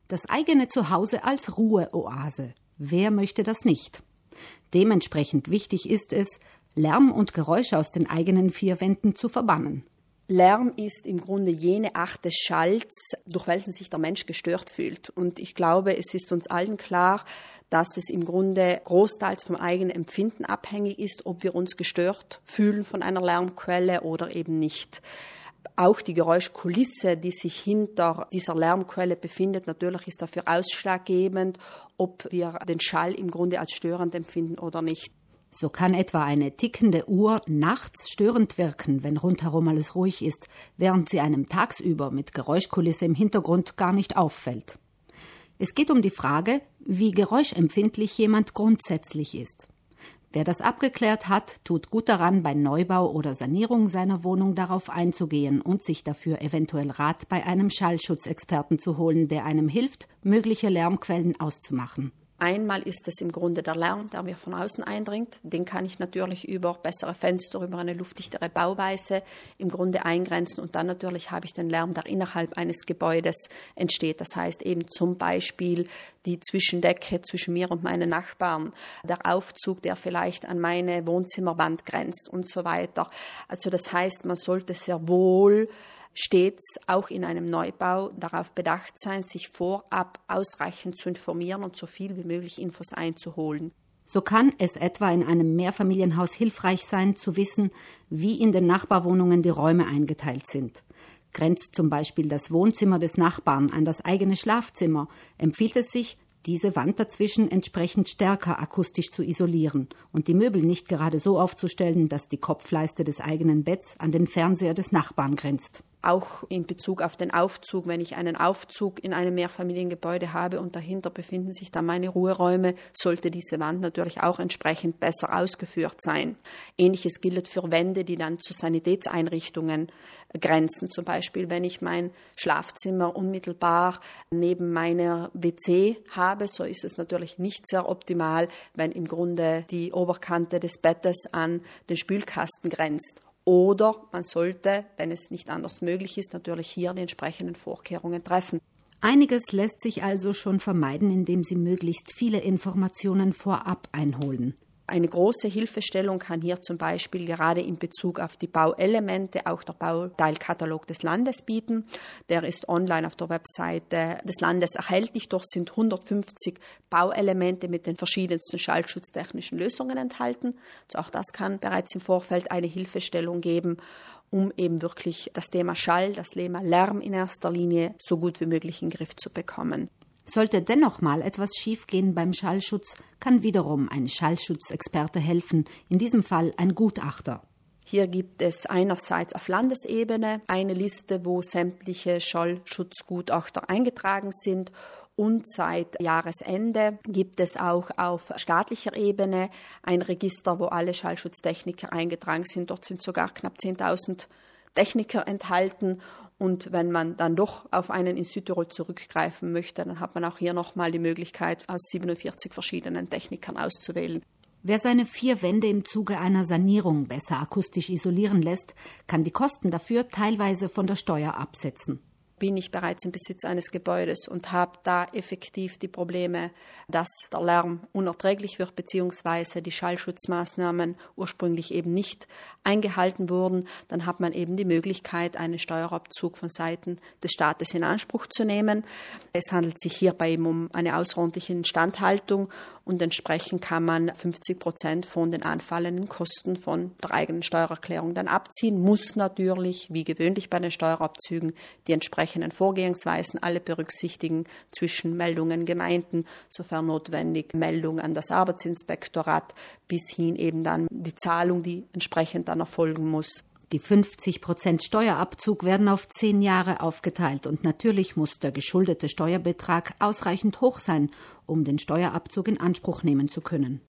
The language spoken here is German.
Das eigene Zuhause als Ruheoase. Wer möchte das nicht? Dementsprechend wichtig ist es, Lärm und Geräusche aus den eigenen vier Wänden zu verbannen. Lärm ist im Grunde jene Art des Schalls, durch welchen sich der Mensch gestört fühlt. Und ich glaube, es ist uns allen klar, dass es im Grunde großteils vom eigenen Empfinden abhängig ist, ob wir uns gestört fühlen von einer Lärmquelle oder eben nicht. Auch die Geräuschkulisse, die sich hinter dieser Lärmquelle befindet, natürlich ist dafür ausschlaggebend, ob wir den Schall im Grunde als störend empfinden oder nicht. So kann etwa eine tickende Uhr nachts störend wirken, wenn rundherum alles ruhig ist, während sie einem tagsüber mit Geräuschkulisse im Hintergrund gar nicht auffällt. Es geht um die Frage, wie geräuschempfindlich jemand grundsätzlich ist. Wer das abgeklärt hat, tut gut daran, bei Neubau oder Sanierung seiner Wohnung darauf einzugehen und sich dafür eventuell Rat bei einem Schallschutzexperten zu holen, der einem hilft, mögliche Lärmquellen auszumachen. Einmal ist es im Grunde der Lärm, der mir von außen eindringt. Den kann ich natürlich über bessere Fenster, über eine luftdichtere Bauweise im Grunde eingrenzen. Und dann natürlich habe ich den Lärm, der innerhalb eines Gebäudes entsteht. Das heißt eben zum Beispiel die Zwischendecke zwischen mir und meinen Nachbarn, der Aufzug, der vielleicht an meine Wohnzimmerwand grenzt und so weiter. Also das heißt, man sollte sehr wohl stets auch in einem Neubau darauf bedacht sein, sich vorab ausreichend zu informieren und so viel wie möglich Infos einzuholen. So kann es etwa in einem Mehrfamilienhaus hilfreich sein, zu wissen, wie in den Nachbarwohnungen die Räume eingeteilt sind. Grenzt zum Beispiel das Wohnzimmer des Nachbarn an das eigene Schlafzimmer, empfiehlt es sich, diese Wand dazwischen entsprechend stärker akustisch zu isolieren und die Möbel nicht gerade so aufzustellen, dass die Kopfleiste des eigenen Betts an den Fernseher des Nachbarn grenzt. Auch in Bezug auf den Aufzug, wenn ich einen Aufzug in einem Mehrfamiliengebäude habe und dahinter befinden sich dann meine Ruheräume, sollte diese Wand natürlich auch entsprechend besser ausgeführt sein. Ähnliches gilt für Wände, die dann zu Sanitätseinrichtungen grenzen. Zum Beispiel, wenn ich mein Schlafzimmer unmittelbar neben meiner WC habe, so ist es natürlich nicht sehr optimal, wenn im Grunde die Oberkante des Bettes an den Spülkasten grenzt. Oder man sollte, wenn es nicht anders möglich ist, natürlich hier die entsprechenden Vorkehrungen treffen. Einiges lässt sich also schon vermeiden, indem Sie möglichst viele Informationen vorab einholen. Eine große Hilfestellung kann hier zum Beispiel gerade in Bezug auf die Bauelemente auch der Bauteilkatalog des Landes bieten. Der ist online auf der Webseite des Landes erhältlich. Dort sind 150 Bauelemente mit den verschiedensten schallschutztechnischen Lösungen enthalten. Also auch das kann bereits im Vorfeld eine Hilfestellung geben, um eben wirklich das Thema Schall, das Thema Lärm in erster Linie so gut wie möglich in den Griff zu bekommen. Sollte dennoch mal etwas schiefgehen beim Schallschutz, kann wiederum ein Schallschutzexperte helfen, in diesem Fall ein Gutachter. Hier gibt es einerseits auf Landesebene eine Liste, wo sämtliche Schallschutzgutachter eingetragen sind. Und seit Jahresende gibt es auch auf staatlicher Ebene ein Register, wo alle Schallschutztechniker eingetragen sind. Dort sind sogar knapp 10.000 Techniker enthalten. Und wenn man dann doch auf einen in Südtirol zurückgreifen möchte, dann hat man auch hier nochmal die Möglichkeit, aus 47 verschiedenen Technikern auszuwählen. Wer seine 4 Wände im Zuge einer Sanierung besser akustisch isolieren lässt, kann die Kosten dafür teilweise von der Steuer absetzen. Bin ich bereits im Besitz eines Gebäudes und habe da effektiv die Probleme, dass der Lärm unerträglich wird bzw. die Schallschutzmaßnahmen ursprünglich eben nicht eingehalten wurden, dann hat man eben die Möglichkeit, einen Steuerabzug von Seiten des Staates in Anspruch zu nehmen. Es handelt sich hierbei eben um eine außerordentliche Instandhaltung und entsprechend kann man 50% von den anfallenden Kosten von der eigenen Steuererklärung dann abziehen, muss natürlich, wie gewöhnlich bei den Steuerabzügen, die entsprechenden Vorgehensweisen alle berücksichtigen, zwischen Meldungen Gemeinden, sofern notwendig, Meldung an das Arbeitsinspektorat, bis hin eben dann die Zahlung, die entsprechend dann erfolgen muss. Die 50% Steuerabzug werden auf 10 Jahre aufgeteilt und natürlich muss der geschuldete Steuerbetrag ausreichend hoch sein, um den Steuerabzug in Anspruch nehmen zu können.